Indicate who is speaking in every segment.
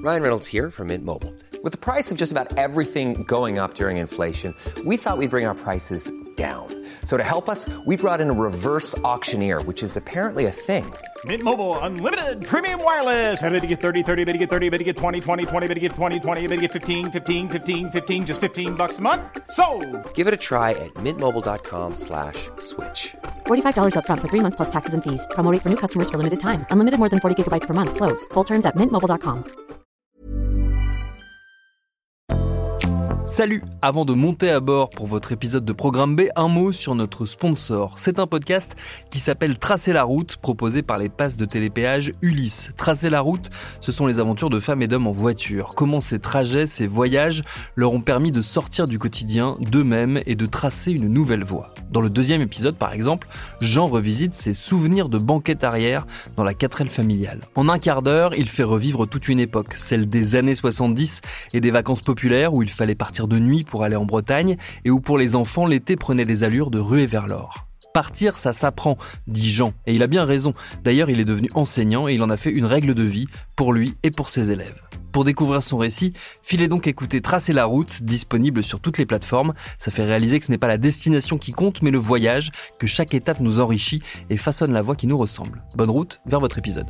Speaker 1: Ryan Reynolds here from Mint Mobile. With the price of just about everything going up during inflation, we thought we'd bring our prices down. So to help us, we brought in a reverse auctioneer, which is apparently a thing.
Speaker 2: Mint Mobile Unlimited Premium Wireless. How to get 30, 30, bit to get 30, bit to get 20, 20, 20, bit to get 20, 20, bit to get 15, 15, 15, 15, just $15 a month? Sold!
Speaker 1: Give it a try at mintmobile.com/switch.
Speaker 3: $45 up front for 3 months plus taxes and fees. Promo rate for new customers for limited time. Unlimited more than 40 gigabytes per month. Slows full terms at mintmobile.com.
Speaker 4: Salut! Avant de monter à bord pour votre épisode de Programme B, un mot sur notre sponsor. C'est un podcast qui s'appelle Tracer la route, proposé par les passes de télépéage Ulysse. Tracer la route, ce sont les aventures de femmes et d'hommes en voiture. Comment ces trajets, ces voyages leur ont permis de sortir du quotidien d'eux-mêmes et de tracer une nouvelle voie. Dans le deuxième épisode, par exemple, Jean revisite ses souvenirs de banquette arrière dans la 4L familiale. En un quart d'heure, il fait revivre toute une époque, celle des années 70 et des vacances populaires où il fallait partir de nuit pour aller en Bretagne et où pour les enfants l'été prenait des allures de ruée vers l'or. Partir, ça s'apprend, dit Jean, et il a bien raison. D'ailleurs, il est devenu enseignant et il en a fait une règle de vie pour lui et pour ses élèves. Pour découvrir son récit, filez donc écouter Tracer la route, disponible sur toutes les plateformes. Ça fait réaliser que ce n'est pas la destination qui compte, mais le voyage, que chaque étape nous enrichit et façonne la voie qui nous ressemble. Bonne route vers votre épisode.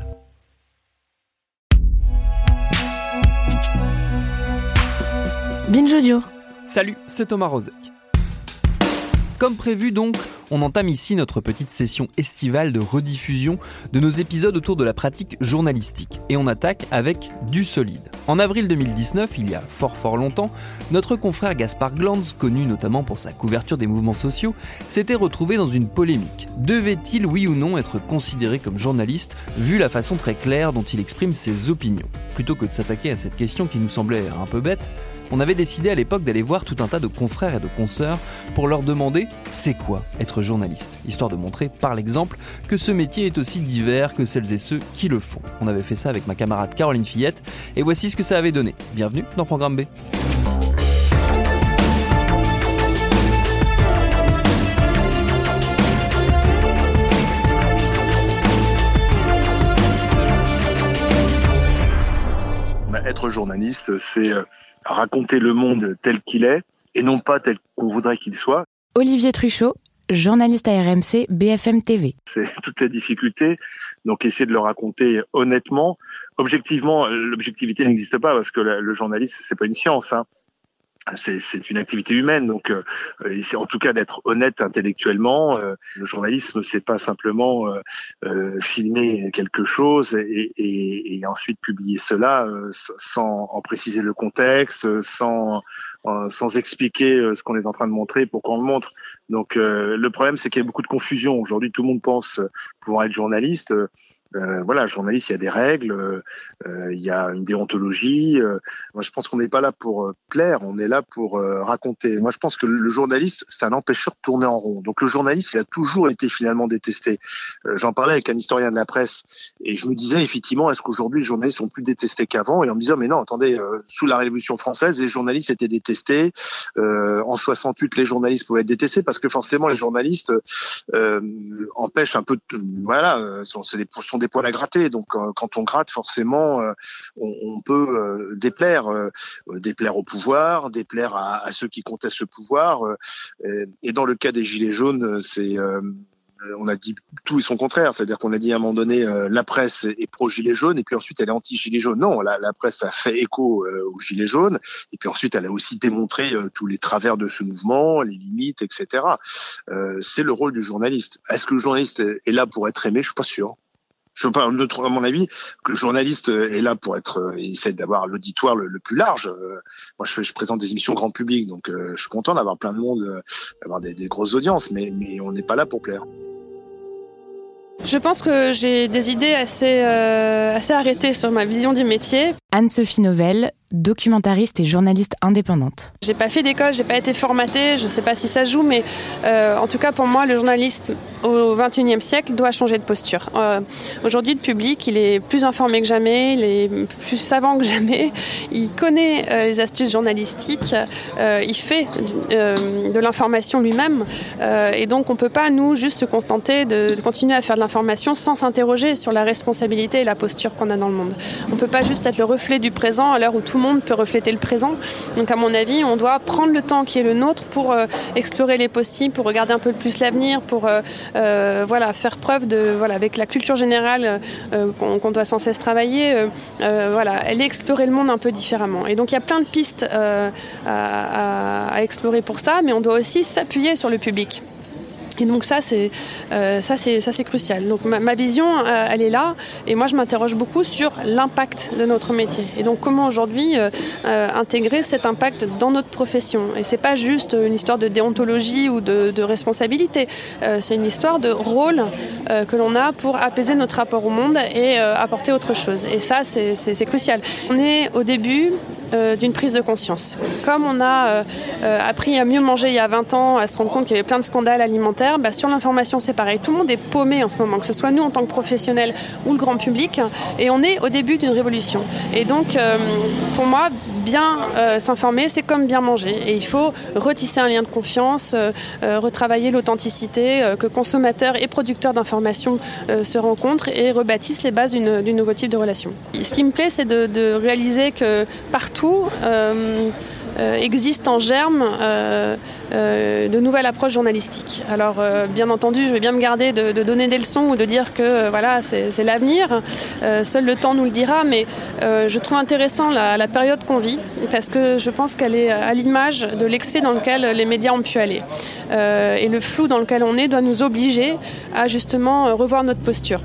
Speaker 5: Binge Audio.
Speaker 4: Salut, c'est Thomas Rozek. Comme prévu donc, on entame ici notre petite session estivale de rediffusion de nos épisodes autour de la pratique journalistique. Et on attaque avec du solide. En avril 2019, il y a fort longtemps, notre confrère Gaspard Glanz, connu notamment pour sa couverture des mouvements sociaux, s'était retrouvé dans une polémique. Devait-il, oui ou non, être considéré comme journaliste, vu la façon très claire dont il exprime ses opinions ? Plutôt que de s'attaquer à cette question qui nous semblait un peu bête, on avait décidé à l'époque d'aller voir tout un tas de confrères et de consoeurs pour leur demander « c'est quoi être journaliste ?» histoire de montrer par l'exemple que ce métier est aussi divers que celles et ceux qui le font. On avait fait ça avec ma camarade Caroline Fillette et voici ce que ça avait donné. Bienvenue dans Programme B.
Speaker 6: Être journaliste, c'est raconter le monde tel qu'il est et non pas tel qu'on voudrait qu'il soit.
Speaker 5: Olivier Truchot, journaliste à RMC, BFM TV.
Speaker 6: C'est toute la difficulté, donc essayer de le raconter honnêtement. Objectivement, l'objectivité n'existe pas parce que le journaliste, c'est pas une science, hein. C'est une activité humaine, donc c'est en tout cas d'être honnête intellectuellement. Le journalisme, c'est pas simplement filmer quelque chose et ensuite publier cela sans en préciser le contexte, sans expliquer ce qu'on est en train de montrer, pourquoi on le montre. Donc le problème, c'est qu'il y a beaucoup de confusion. Aujourd'hui, tout le monde pense pouvoir être journaliste. Voilà, journaliste, il y a des règles, il y a une déontologie. Moi, je pense qu'on n'est pas là pour plaire, on est là pour raconter. Moi, je pense que le journaliste, c'est un empêcheur de tourner en rond. Donc, le journaliste, il a toujours été finalement détesté. J'en parlais avec un historien de la presse et je me disais, effectivement, est-ce qu'aujourd'hui, les journalistes sont plus détestés qu'avant ? Et on me disait, mais non, attendez, sous la Révolution française, les journalistes étaient détestés. En 68, les journalistes pouvaient être détestés parce que forcément, les journalistes empêchent un peu, sont des poils à gratter. Donc, quand on gratte, forcément, on peut déplaire au pouvoir, déplaire à ceux qui contestent le pouvoir. Et dans le cas des Gilets jaunes, on a dit tout et son contraire. C'est-à-dire qu'on a dit à un moment donné, la presse est pro-Gilets jaunes et puis ensuite elle est anti-Gilets jaunes. Non, la presse a fait écho aux Gilets jaunes et puis ensuite elle a aussi démontré tous les travers de ce mouvement, les limites, etc. C'est le rôle du journaliste. Est-ce que le journaliste est là pour être aimé ? Je suis pas sûr. Je veux pas, à mon avis, que le journaliste est là pour essaie d'avoir l'auditoire le plus large. Moi, je présente des émissions grand public, donc je suis content d'avoir plein de monde, d'avoir des grosses audiences, mais on n'est pas là pour plaire.
Speaker 7: Je pense que j'ai des idées assez arrêtées sur ma vision du métier.
Speaker 5: Anne-Sophie Novelle, documentariste et journaliste indépendante.
Speaker 7: J'ai pas fait d'école, j'ai pas été formatée, je sais pas si ça joue, mais en tout cas pour moi, le journaliste au XXIe siècle doit changer de posture. Aujourd'hui, le public, il est plus informé que jamais, il est plus savant que jamais, il connaît les astuces journalistiques, il fait de l'information lui-même, et donc on peut pas, nous, juste se contenter de continuer à faire de l'information sans s'interroger sur la responsabilité et la posture qu'on a dans le monde. On peut pas juste être le reflet du présent à l'heure où tout le monde peut refléter le présent. Donc à mon avis, on doit prendre le temps qui est le nôtre pour explorer les possibles, pour regarder un peu plus l'avenir, pour faire preuve avec la culture générale qu'on doit sans cesse travailler, aller explorer le monde un peu différemment. Et donc il y a plein de pistes à explorer pour ça, mais on doit aussi s'appuyer sur le public. Et donc ça c'est crucial. Donc ma vision elle est là, et moi je m'interroge beaucoup sur l'impact de notre métier. Et donc comment aujourd'hui intégrer cet impact dans notre profession. Et c'est pas juste une histoire de déontologie ou de responsabilité. C'est une histoire de rôle que l'on a pour apaiser notre rapport au monde et apporter autre chose. Et ça c'est crucial. On est au début d'une prise de conscience. Comme on a appris à mieux manger il y a 20 ans, à se rendre compte qu'il y avait plein de scandales alimentaires, sur l'information c'est pareil. Tout le monde est paumé en ce moment, que ce soit nous en tant que professionnels ou le grand public, et on est au début d'une révolution. Et donc pour moi, bien s'informer, c'est comme bien manger. Et il faut retisser un lien de confiance, retravailler l'authenticité, que consommateurs et producteurs d'informations se rencontrent et rebâtissent les bases d'une nouveau type de relation. Ce qui me plaît, c'est de réaliser que partout existe en germe de nouvelles approches journalistiques. Alors bien entendu, je vais bien me garder de donner des leçons ou de dire que c'est l'avenir. Seul le temps nous le dira, mais je trouve intéressant la période qu'on vit, parce que je pense qu'elle est à l'image de l'excès dans lequel les médias ont pu aller. Et le flou dans lequel on est doit nous obliger à justement revoir notre posture.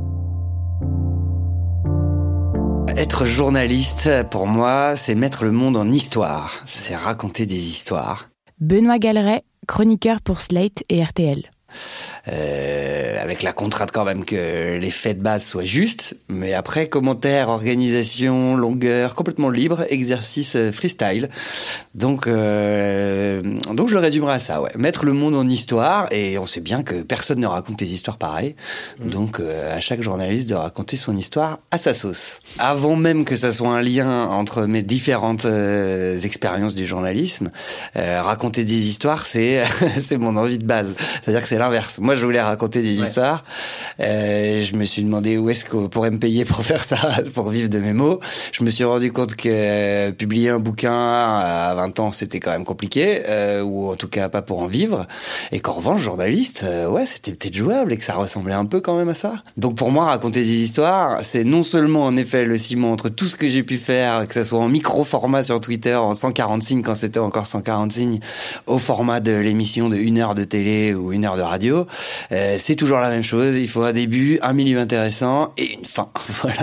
Speaker 8: Être journaliste, pour moi, c'est mettre le monde en histoire. C'est raconter des histoires.
Speaker 5: Benoît Galeret, chroniqueur pour Slate et RTL.
Speaker 8: Avec la contrainte quand même que les faits de base soient justes, mais après commentaires, organisation, longueur, complètement libre, exercice freestyle. Donc je le résumerai à ça, ouais. Mettre le monde en histoire, et on sait bien que personne ne raconte des histoires pareilles, donc à chaque journaliste de raconter son histoire à sa sauce. Avant même que ça soit un lien entre mes différentes expériences du journalisme, raconter des histoires, c'est mon envie de base. C'est-à-dire que c'est l'inverse. Moi, je voulais raconter des histoires. Je me suis demandé où est-ce qu'on pourrait me payer pour faire ça, pour vivre de mes mots. Je me suis rendu compte que publier un bouquin à 20 ans, c'était quand même compliqué, ou en tout cas pas pour en vivre. Et qu'en revanche, journaliste, c'était peut-être jouable et que ça ressemblait un peu quand même à ça. Donc pour moi, raconter des histoires, c'est non seulement en effet le ciment entre tout ce que j'ai pu faire, que ça soit en micro-format sur Twitter, en 140 signes quand c'était encore 140 signes, au format de l'émission de 1 heure de télé ou 1 heure de radio, c'est toujours la même chose. Il faut un début, un milieu intéressant et une fin. Voilà.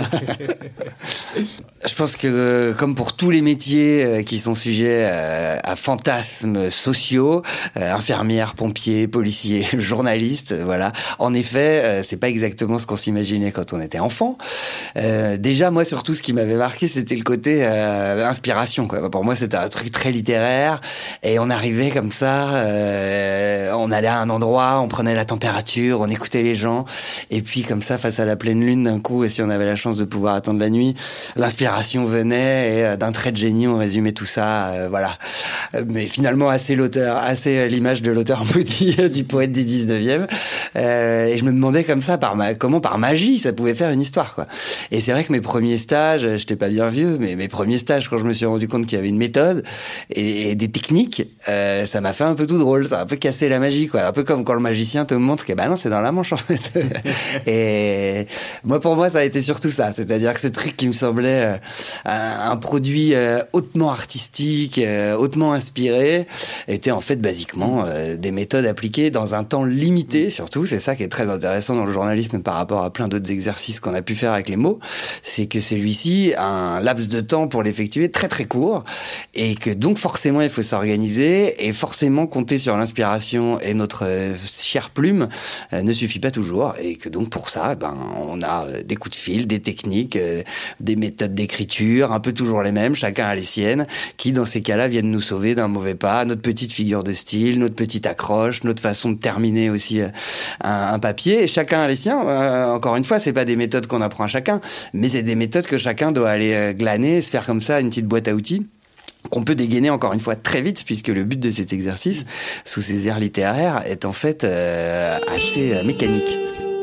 Speaker 8: Je pense que comme pour tous les métiers qui sont sujets à fantasmes sociaux, infirmière, pompier, policier, journaliste, voilà. En effet, c'est pas exactement ce qu'on s'imaginait quand on était enfant. Déjà, moi, surtout, ce qui m'avait marqué, c'était le côté inspiration, quoi. Pour moi, c'était un truc très littéraire, et on arrivait comme ça, on allait à un endroit, on prenait la température, on écoutait les gens, et puis comme ça, face à la pleine lune, d'un coup, et si on avait la chance de pouvoir attendre la nuit, l'inspiration venait, et d'un trait de génie, on résumait tout ça, voilà. Mais finalement, assez l'image de l'auteur maudit du poète du 19e. Et je me demandais comme ça, comment par magie, ça pouvait faire une histoire, quoi. Et c'est vrai que mes premiers stages, j'étais pas bien vieux, mais mes premiers stages, quand je me suis rendu compte qu'il y avait une méthode et des techniques, ça m'a fait un peu tout drôle, ça a un peu cassé la magie, quoi. Un peu comme quand le magicien te montre que, non, c'est dans la manche, en fait. Et pour moi, ça a été surtout ça. C'est-à-dire que ce truc qui me semblait un produit hautement artistique, hautement inspirés étaient en fait basiquement des méthodes appliquées dans un temps limité, surtout. C'est ça qui est très intéressant dans le journalisme par rapport à plein d'autres exercices qu'on a pu faire avec les mots. C'est que celui-ci a un laps de temps pour l'effectuer très très court et que donc forcément il faut s'organiser et forcément compter sur l'inspiration et notre chère plume ne suffit pas toujours et que donc pour ça, on a des coups de fil, des techniques, des méthodes d'écriture, un peu toujours les mêmes, chacun a les siennes, qui dans ces cas-là viennent nous sauver d'un mauvais pas, notre petite figure de style, notre petite accroche, notre façon de terminer aussi un papier, et chacun a les siens. Encore une fois, c'est pas des méthodes qu'on apprend à chacun, mais c'est des méthodes que chacun doit aller glaner, se faire comme ça une petite boîte à outils qu'on peut dégainer encore une fois très vite, puisque le but de cet exercice, sous ces airs littéraires, est en fait assez mécanique.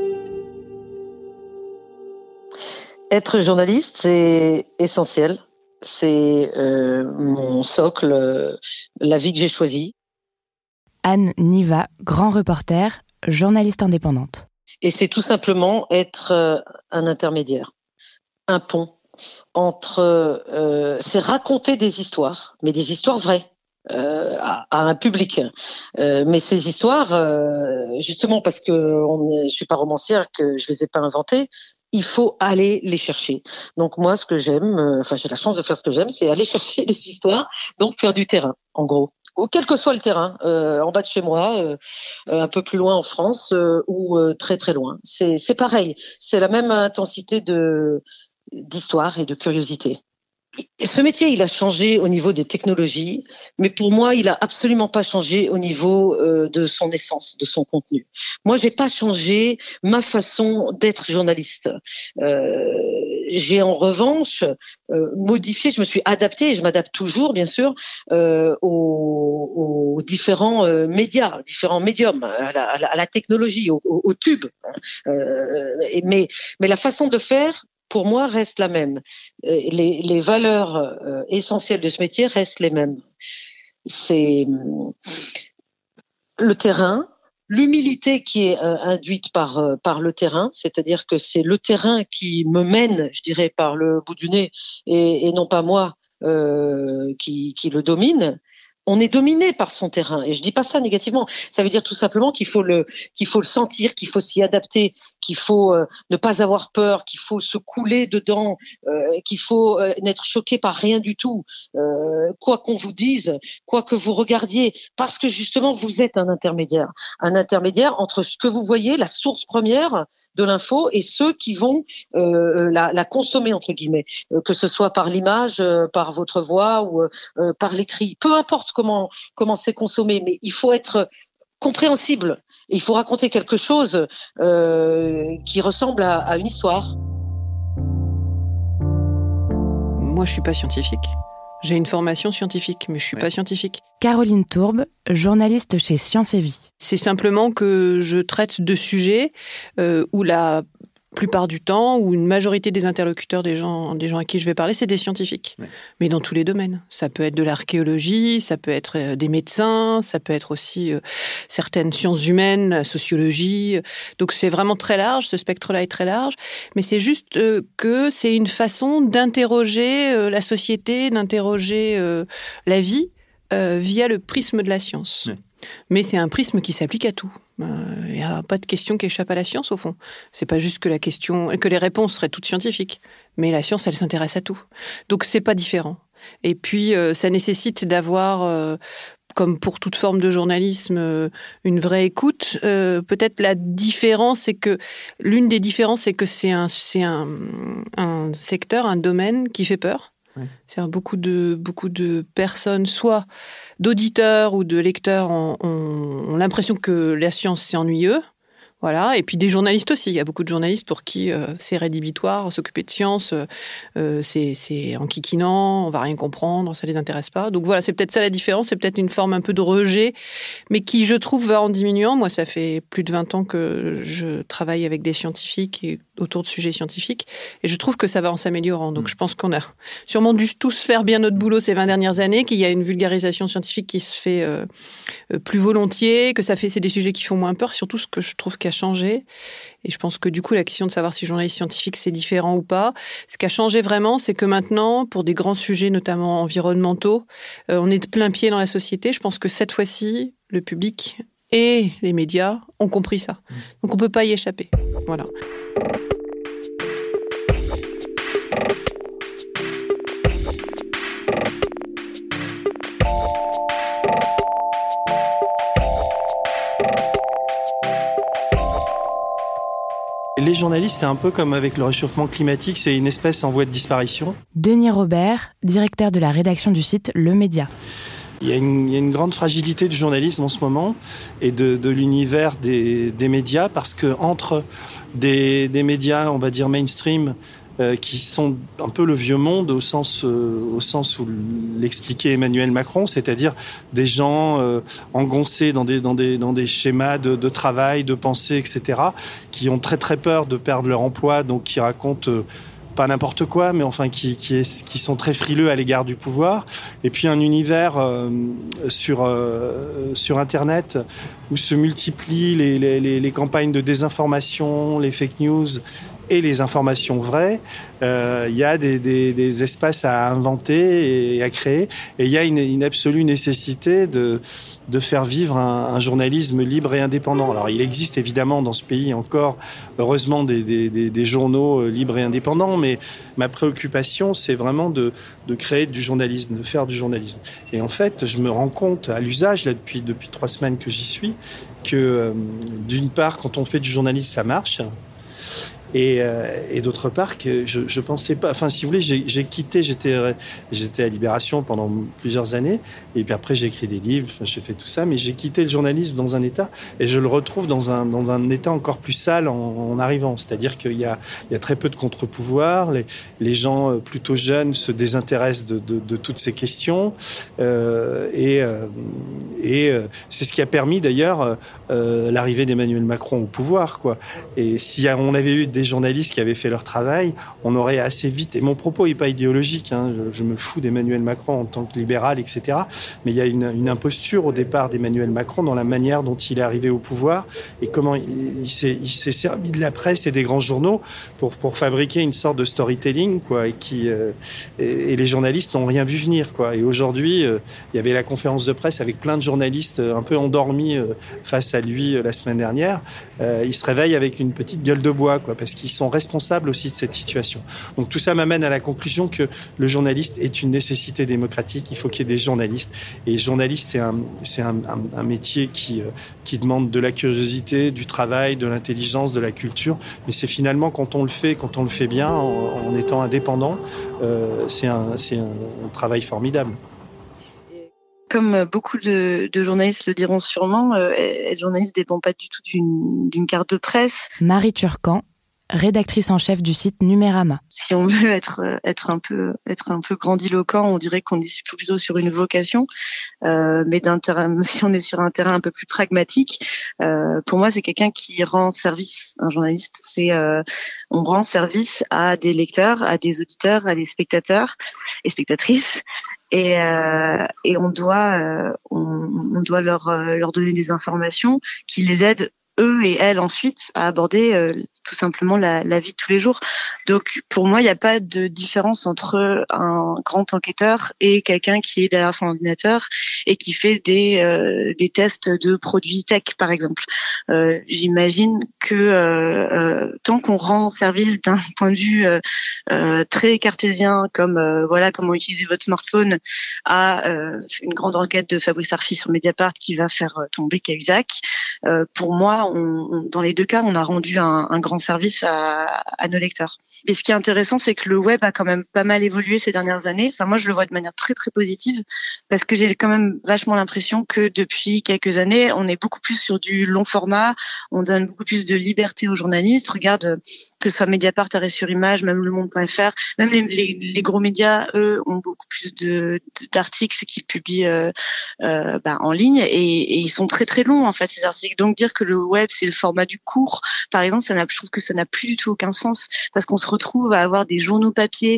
Speaker 9: Être journaliste, c'est essentiel. C'est mon socle, la vie que j'ai choisie.
Speaker 5: Anne Niva, grand reporter, journaliste indépendante.
Speaker 9: Et c'est tout simplement être un intermédiaire, un pont entre... c'est raconter des histoires, mais des histoires vraies. À un public. Mais ces histoires, justement parce que je suis pas romancière, que je les ai pas inventées, il faut aller les chercher. Donc moi, ce que j'aime, j'ai la chance de faire ce que j'aime, c'est aller chercher des histoires, donc faire du terrain, en gros. Ou quel que soit le terrain, en bas de chez moi, un peu plus loin en France, ou très très loin. C'est pareil, c'est la même intensité d'histoire et de curiosité. Ce métier, il a changé au niveau des technologies, mais pour moi, il a absolument pas changé au niveau de son essence, de son contenu. Moi, j'ai pas changé ma façon d'être journaliste. J'ai en revanche modifié, je me suis adaptée, et je m'adapte toujours, bien sûr, aux différents médias, différents médiums, à la technologie, au tube. Mais la façon de faire, pour moi, reste la même. Les valeurs essentielles de ce métier restent les mêmes. C'est le terrain, l'humilité qui est induite par le terrain, c'est-à-dire que c'est le terrain qui me mène, je dirais, par le bout du nez, et non pas moi qui le domine. On est dominé par son terrain, et je dis pas ça négativement. Ça veut dire tout simplement qu'il faut le sentir, qu'il faut s'y adapter, qu'il faut ne pas avoir peur, qu'il faut se couler dedans, qu'il faut n'être choqué par rien du tout, quoi qu'on vous dise, quoi que vous regardiez, parce que justement vous êtes un intermédiaire entre ce que vous voyez, la source première de l'info, et ceux qui vont la consommer entre guillemets, que ce soit par l'image, par votre voix ou par l'écrit, peu importe comment c'est consommé, mais il faut être compréhensible et il faut raconter quelque chose qui ressemble à une histoire.
Speaker 10: Moi, je suis pas scientifique. J'ai une formation scientifique, mais je suis pas scientifique.
Speaker 5: Caroline Tourbe, journaliste chez Science et Vie.
Speaker 10: C'est simplement que je traite de sujets où la plupart du temps, où une majorité des interlocuteurs, des gens à qui je vais parler, c'est des scientifiques. Ouais. Mais dans tous les domaines. Ça peut être de l'archéologie, ça peut être des médecins, ça peut être aussi certaines sciences humaines, la sociologie. Donc c'est vraiment très large, ce spectre-là est très large. Mais c'est juste que c'est une façon d'interroger la société, d'interroger la vie via le prisme de la science. Ouais. Mais c'est un prisme qui s'applique à tout. Il n'y a pas de question qui échappe à la science, au fond. C'est pas juste que les réponses seraient toutes scientifiques. Mais la science, elle s'intéresse à tout. Donc, c'est pas différent. Et puis, ça nécessite d'avoir, comme pour toute forme de journalisme, une vraie écoute. Peut-être l'une des différences, c'est que c'est un secteur, un domaine qui fait peur. Ouais. C'est-à-dire beaucoup de personnes, soit d'auditeurs ou de lecteurs, ont l'impression que la science, c'est ennuyeux. Voilà. Et puis des journalistes aussi. Il y a beaucoup de journalistes pour qui c'est rédhibitoire, s'occuper de science, c'est enquiquinant, on va rien comprendre, ça les intéresse pas. Donc voilà, c'est peut-être ça la différence, c'est peut-être une forme un peu de rejet, mais qui, je trouve, va en diminuant. Moi, ça fait plus de 20 ans que je travaille avec des scientifiques et autour de sujets scientifiques, et je trouve que ça va en s'améliorant. Donc je pense qu'on a sûrement dû tous faire bien notre boulot ces 20 dernières années, qu'il y a une vulgarisation scientifique qui se fait plus volontiers, que c'est des sujets qui font moins peur. Surtout, ce que je trouve qui qui a changé. Et je pense que du coup, la question de savoir si journaliste scientifique, c'est différent ou pas. Ce qui a changé vraiment, c'est que maintenant, pour des grands sujets, notamment environnementaux, on est de plein pied dans la société. Je pense que cette fois-ci, le public et les médias ont compris ça. Donc on ne peut pas y échapper. Voilà.
Speaker 11: Les journalistes, c'est un peu comme avec le réchauffement climatique, c'est une espèce en voie de disparition.
Speaker 5: Denis Robert, directeur de la rédaction du site Le Média.
Speaker 11: Il y a une grande fragilité du journalisme en ce moment et de l'univers des médias, parce que entre des médias, on va dire mainstream, qui sont un peu le vieux monde au sens où l'expliquait Emmanuel Macron, c'est-à-dire des gens engoncés dans des schémas de travail, de pensée, etc., qui ont très très peur de perdre leur emploi, donc qui racontent pas n'importe quoi, mais enfin qui sont très frileux à l'égard du pouvoir. Et puis un univers sur Internet où se multiplient les campagnes de désinformation, les fake news et les informations vraies. Il y a des espaces à inventer et à créer. Et il y a une absolue nécessité de faire vivre un journalisme libre et indépendant. Alors, il existe évidemment dans ce pays encore, heureusement, des journaux libres et indépendants, mais ma préoccupation, c'est vraiment de créer du journalisme, de faire du journalisme. Et en fait, je me rends compte à l'usage, là, depuis 3 semaines que j'y suis, que d'une part, quand on fait du journalisme, ça marche. Et d'autre part, que je pensais pas. Enfin, si vous voulez, j'ai quitté. J'étais à Libération pendant plusieurs années, et puis après j'ai écrit des livres, j'ai fait tout ça, mais j'ai quitté le journalisme dans un état, et je le retrouve dans un état encore plus sale en arrivant. C'est-à-dire qu'il y a très peu de contre-pouvoirs. Les gens plutôt jeunes se désintéressent de toutes ces questions, et c'est ce qui a permis d'ailleurs l'arrivée d'Emmanuel Macron au pouvoir, quoi. Et si on avait eu des journalistes qui avaient fait leur travail, on aurait assez vite, et mon propos n'est pas idéologique, hein, je me fous d'Emmanuel Macron en tant que libéral, etc. Mais il y a une imposture au départ d'Emmanuel Macron dans la manière dont il est arrivé au pouvoir et comment il s'est servi de la presse et des grands journaux pour fabriquer une sorte de storytelling, quoi, et les journalistes n'ont rien vu venir, quoi. Et aujourd'hui, il y avait la conférence de presse avec plein de journalistes un peu endormis face à lui la semaine dernière. Il se réveille avec une petite gueule de bois, quoi, parce qu'ils sont responsables aussi de cette situation. Donc tout ça m'amène à la conclusion que le journaliste est une nécessité démocratique. Il faut qu'il y ait des journalistes. Et journaliste, c'est un métier qui demande de la curiosité, du travail, de l'intelligence, de la culture. Mais c'est finalement quand on le fait bien, en étant indépendant, c'est un travail formidable.
Speaker 12: Comme beaucoup de journalistes le diront sûrement, être journaliste ne dépend pas du tout d'une carte de presse.
Speaker 5: Marie Turcan, rédactrice en chef du site Numérama.
Speaker 12: Si on veut être un peu grandiloquent, on dirait qu'on est plutôt sur une vocation, mais si on est sur un terrain un peu plus pragmatique, pour moi c'est quelqu'un qui rend service. Un journaliste, on rend service à des lecteurs, à des auditeurs, à des spectateurs et spectatrices. Et on doit leur donner des informations qui les aident eux et elles ensuite à aborder tout simplement la vie de tous les jours. Donc pour moi, il n'y a pas de différence entre un grand enquêteur et quelqu'un qui est derrière son ordinateur et qui fait des tests de produits tech, par exemple. J'imagine que tant qu'on rend service d'un point de vue très cartésien, comme comment utiliser votre smartphone, à une grande enquête de Fabrice Arfi sur Mediapart qui va faire tomber Cahuzac, pour moi, dans les deux cas, on a rendu un grand service à nos lecteurs. Et ce qui est intéressant, c'est que le web a quand même pas mal évolué ces dernières années. Enfin, moi, je le vois de manière très, très positive parce que j'ai quand même vachement l'impression que depuis quelques années, on est beaucoup plus sur du long format. On donne beaucoup plus de liberté aux journalistes. Regarde, que ce soit Mediapart, Arrêt sur Image, même Le Monde.fr, même les gros médias, eux, ont beaucoup plus d'articles qu'ils publient en ligne et ils sont très, très longs, en fait, ces articles. Donc, dire que le web, c'est le format du court, par exemple, je trouve que ça n'a plus du tout aucun sens parce qu'on se retrouve à avoir des journaux papier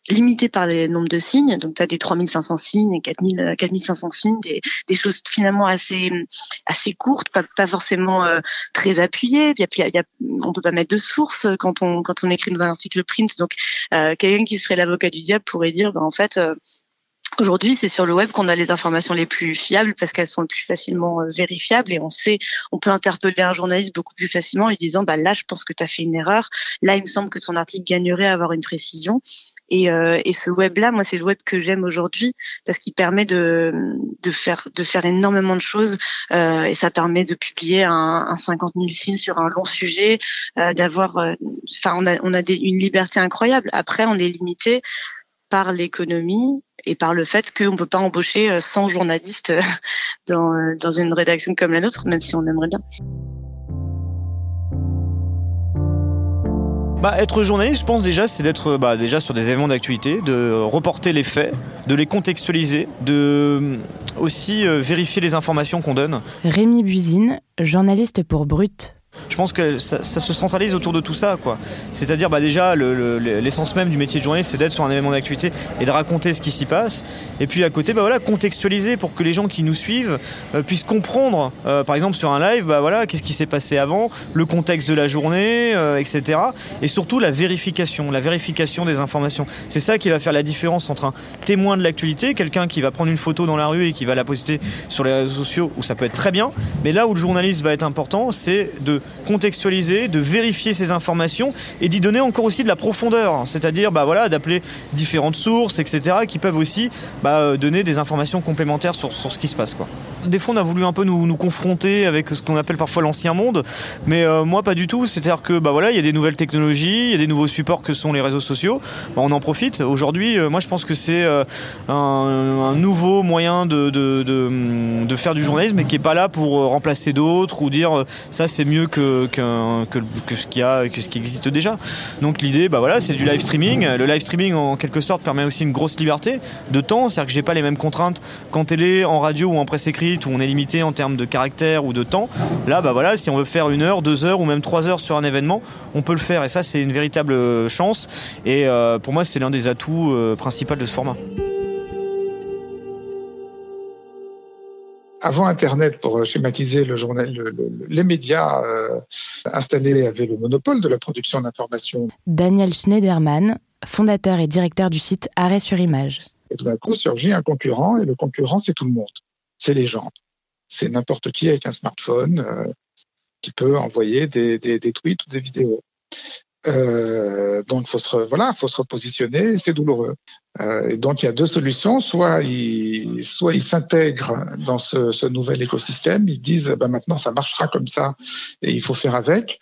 Speaker 12: limité par le nombre de signes. Donc, tu as des 3500 signes et 4500 signes, des choses finalement assez courtes, pas forcément très appuyées. On peut pas mettre de source quand on écrit dans un article print. Donc, quelqu'un qui serait l'avocat du diable pourrait dire, en fait, aujourd'hui, c'est sur le web qu'on a les informations les plus fiables parce qu'elles sont le plus facilement vérifiables et on peut interpeller un journaliste beaucoup plus facilement en lui disant, là, je pense que tu as fait une erreur. Là, il me semble que ton article gagnerait à avoir une précision. Et ce web-là, moi, c'est le web que j'aime aujourd'hui parce qu'il permet de faire énormément de choses et ça permet de publier un 50 000 signes sur un long sujet, d'avoir, on a une liberté incroyable. Après, on est limité par l'économie et par le fait qu'on ne peut pas embaucher 100 journalistes dans une rédaction comme la nôtre, même si on aimerait bien.
Speaker 13: Être journaliste, je pense déjà, c'est d'être déjà sur des événements d'actualité, de reporter les faits, de les contextualiser, de aussi vérifier les informations qu'on donne.
Speaker 5: Rémi Buzine, journaliste pour Brut.
Speaker 13: Je pense que ça se centralise autour de tout ça, quoi. C'est-à-dire déjà l'essence même du métier de journaliste, c'est d'être sur un événement d'actualité et de raconter ce qui s'y passe. Et puis à côté, contextualiser pour que les gens qui nous suivent puissent comprendre. Par exemple sur un live, qu'est-ce qui s'est passé avant, le contexte de la journée, etc. Et surtout la vérification des informations. C'est ça qui va faire la différence entre un témoin de l'actualité, quelqu'un qui va prendre une photo dans la rue et qui va la poster sur les réseaux sociaux, où ça peut être très bien. Mais là où le journaliste va être important, c'est de contextualiser, de vérifier ces informations et d'y donner encore aussi de la profondeur, c'est-à-dire d'appeler différentes sources, etc., qui peuvent aussi donner des informations complémentaires sur ce qui se passe, quoi. Des fois on a voulu un peu nous confronter avec ce qu'on appelle parfois l'ancien monde, mais moi pas du tout, c'est-à-dire que il y a des nouvelles technologies, il y a des nouveaux supports que sont les réseaux sociaux, on en profite. Aujourd'hui, moi je pense que c'est un nouveau moyen de faire du journalisme, mais qui est pas là pour remplacer d'autres ou dire ça c'est mieux que ce qui existe déjà. Donc l'idée, c'est du live streaming. Le live streaming, en quelque sorte, permet aussi une grosse liberté de temps, c'est-à-dire que j'ai pas les mêmes contraintes qu'en télé, en radio ou en presse écrite, où on est limité en termes de caractère ou de temps. Là, si on veut faire 1 heure, 2 heures ou même 3 heures sur un événement, on peut le faire. Et ça, c'est une véritable chance. Et pour moi, c'est l'un des atouts principaux de ce format.
Speaker 14: Avant Internet, pour schématiser le journal, les médias installés avaient le monopole de la production d'informations.
Speaker 5: Daniel Schneiderman, fondateur et directeur du site Arrêt sur Image.
Speaker 14: Et tout d'un coup surgit un concurrent, et le concurrent, c'est tout le monde. C'est les gens. C'est n'importe qui avec un smartphone qui peut envoyer des tweets ou des vidéos. Donc, faut se repositionner, et c'est douloureux. Et donc, il y a 2 solutions. Soit ils s'intègrent dans ce nouvel écosystème, ils disent maintenant ça marchera comme ça et il faut faire avec.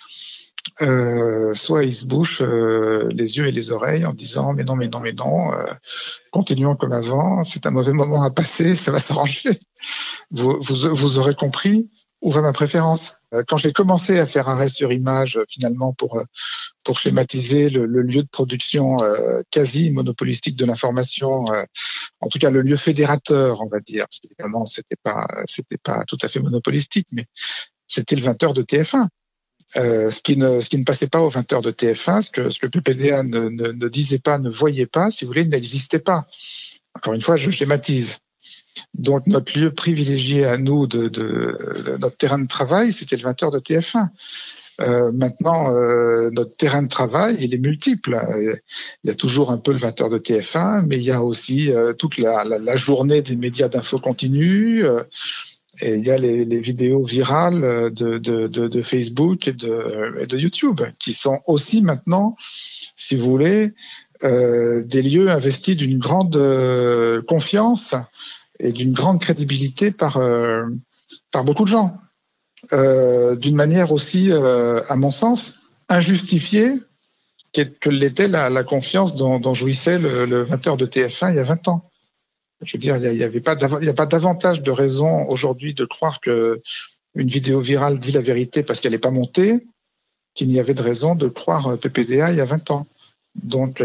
Speaker 14: Soit ils se bouchent les yeux et les oreilles en disant mais non, continuons comme avant, c'est un mauvais moment à passer, ça va s'arranger. Vous aurez compris où va ma préférence. Quand j'ai commencé à faire Arrêt sur Image, finalement, pour schématiser le lieu de production quasi monopolistique de l'information, en tout cas le lieu fédérateur, on va dire, parce qu'évidemment c'était pas tout à fait monopolistique, mais c'était le 20h de TF1. Ce qui ne passait pas aux 20h de TF1, ce que PPDA ne disait pas, ne voyait pas, si vous voulez, n'existait pas. Encore une fois, je schématise. Donc notre lieu privilégié à nous de notre terrain de travail, c'était le 20h de TF1. Maintenant, notre terrain de travail, il est multiple. Il y a toujours un peu le 20h de TF1, mais il y a aussi toute la journée des médias d'info continue. Et il y a les vidéos virales de Facebook et de YouTube, qui sont aussi maintenant, si vous voulez, des lieux investis d'une grande confiance et d'une grande crédibilité par beaucoup de gens. D'une manière aussi, à mon sens, injustifiée que l'était la confiance dont jouissait le 20h de TF1 il y a 20 ans. Je veux dire, il y a pas davantage de raisons aujourd'hui de croire que une vidéo virale dit la vérité parce qu'elle n'est pas montée qu'il n'y avait de raison de croire PPDA il y a 20 ans. Donc,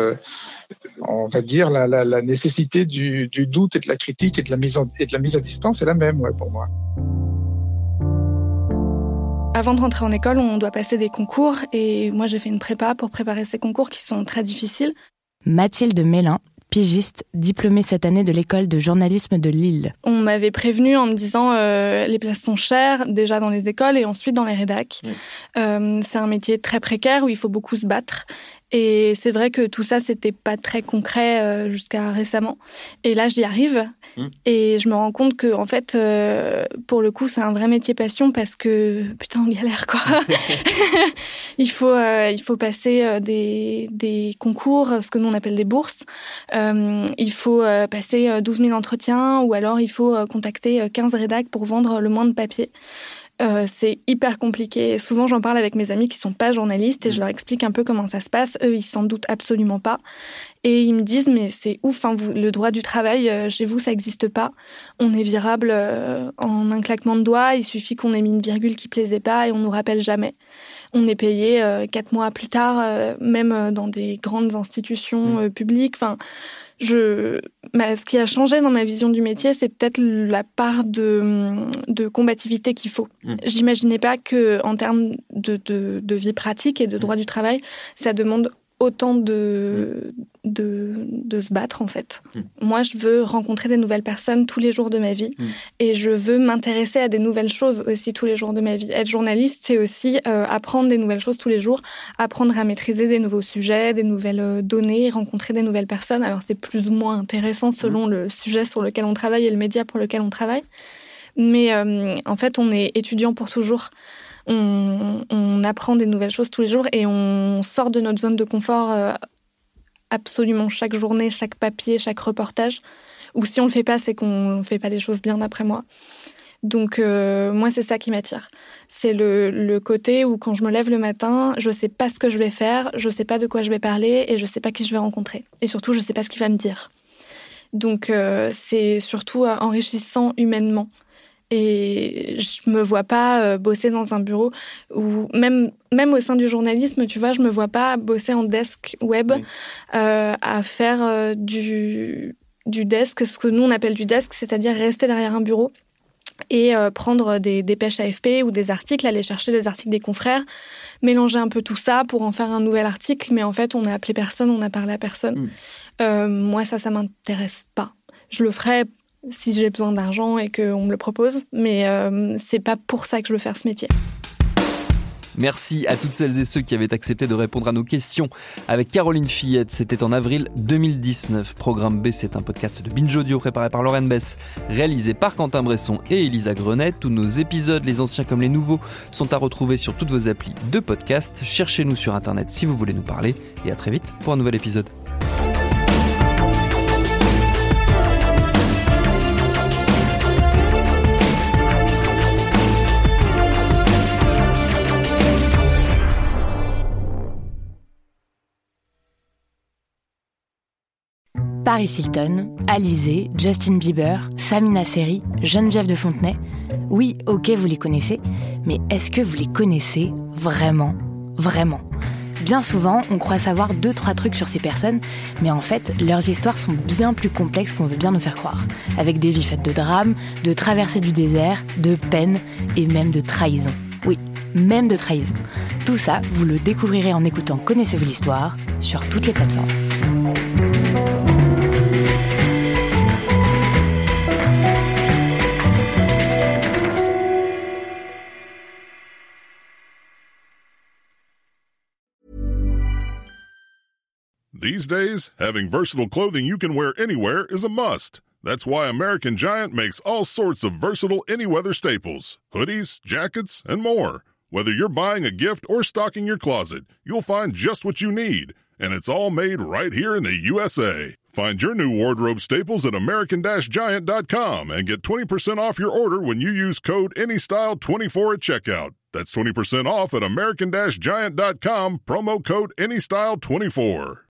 Speaker 14: on va dire la nécessité du doute et de la critique et de la mise à distance est la même, pour moi.
Speaker 15: Avant de rentrer en école, on doit passer des concours et moi j'ai fait une prépa pour préparer ces concours qui sont très difficiles.
Speaker 5: Mathilde Mélin, pigiste, diplômée cette année de l'école de journalisme de Lille.
Speaker 15: On m'avait prévenu en me disant les places sont chères, déjà dans les écoles et ensuite dans les rédacs. C'est un métier très précaire où il faut beaucoup se battre. Et c'est vrai que tout ça, c'était pas très concret jusqu'à récemment. Et là, j'y arrive. Et je me rends compte que, en fait, pour le coup, c'est un vrai métier passion parce que, putain, on galère, quoi. il faut passer des concours, ce que nous on appelle des bourses. Il faut passer 12 000 entretiens ou alors il faut contacter 15 rédacs pour vendre le moins de papier. C'est hyper compliqué. Souvent, j'en parle avec mes amis qui sont pas journalistes et je leur explique un peu comment ça se passe. Eux, ils s'en doutent absolument pas. Et ils me disent, mais c'est ouf, hein, le droit du travail, chez vous, ça n'existe pas. On est virable en un claquement de doigts. Il suffit qu'on ait mis une virgule qui plaisait pas et on nous rappelle jamais. On est payé 4 mois plus tard, même dans des grandes institutions publiques. Enfin, ce qui a changé dans ma vision du métier, c'est peut-être la part de combativité qu'il faut. J'imaginais pas que, en termes de vie pratique et de droit du travail, ça demande autant de se battre, en fait. Moi, je veux rencontrer des nouvelles personnes tous les jours de ma vie et je veux m'intéresser à des nouvelles choses aussi tous les jours de ma vie. Être journaliste, c'est aussi apprendre des nouvelles choses tous les jours, apprendre à maîtriser des nouveaux sujets, des nouvelles données, rencontrer des nouvelles personnes. Alors, c'est plus ou moins intéressant selon le sujet sur lequel on travaille et le média pour lequel on travaille. Mais en fait, on est étudiant pour toujours. On apprend des nouvelles choses tous les jours et on sort de notre zone de confort absolument chaque journée, chaque papier, chaque reportage. Ou si on le fait pas, c'est qu'on ne fait pas les choses bien d'après moi. Donc moi, c'est ça qui m'attire. C'est le côté où quand je me lève le matin, je sais pas ce que je vais faire, je sais pas de quoi je vais parler et je sais pas qui je vais rencontrer. Et surtout, je sais pas ce qu'il va me dire. Donc c'est surtout enrichissant humainement. Et je me vois pas bosser dans un bureau ou même au sein du journalisme, tu vois, je me vois pas bosser en desk web à faire du desk, ce que nous on appelle du desk, c'est-à-dire rester derrière un bureau et prendre des dépêches AFP ou des articles, aller chercher des articles des confrères, mélanger un peu tout ça pour en faire un nouvel article, mais en fait on n'a appelé personne, on n'a parlé à personne. Moi ça m'intéresse pas. Je le ferais si j'ai besoin d'argent et qu'on me le propose, mais c'est pas pour ça que je veux faire ce métier.
Speaker 4: Merci à toutes celles et ceux qui avaient accepté de répondre à nos questions avec Caroline Fillette. C'était en avril 2019. Programme B, c'est un podcast de Binge Audio préparé par Lorraine Bess, réalisé par Quentin Bresson et Elisa Grenet. Tous nos épisodes, les anciens comme les nouveaux, sont à retrouver sur toutes vos applis de podcast. Cherchez-nous sur Internet si vous voulez nous parler. Et à très vite pour un nouvel épisode.
Speaker 5: Paris Hilton, Alizé, Justin Bieber, Samina Seri, Geneviève de Fontenay. Oui, ok, vous les connaissez, mais est-ce que vous les connaissez vraiment ? Vraiment ? Bien souvent, on croit savoir 2-3 trucs sur ces personnes, mais en fait, leurs histoires sont bien plus complexes qu'on veut bien nous faire croire. Avec des vies faites de drames, de traversées du désert, de peine et même de trahison. Oui, même de trahison. Tout ça, vous le découvrirez en écoutant Connaissez-vous l'histoire sur toutes les plateformes.
Speaker 16: These days, having versatile clothing you can wear anywhere is a must. That's why American Giant makes all sorts of versatile any-weather staples. Hoodies, jackets, and more. Whether you're buying a gift or stocking your closet, you'll find just what you need. And it's all made right here in the USA. Find your new wardrobe staples at American-Giant.com and get 20% off your order when you use code ANYSTYLE24 at checkout. That's 20% off at American-Giant.com, promo code ANYSTYLE24.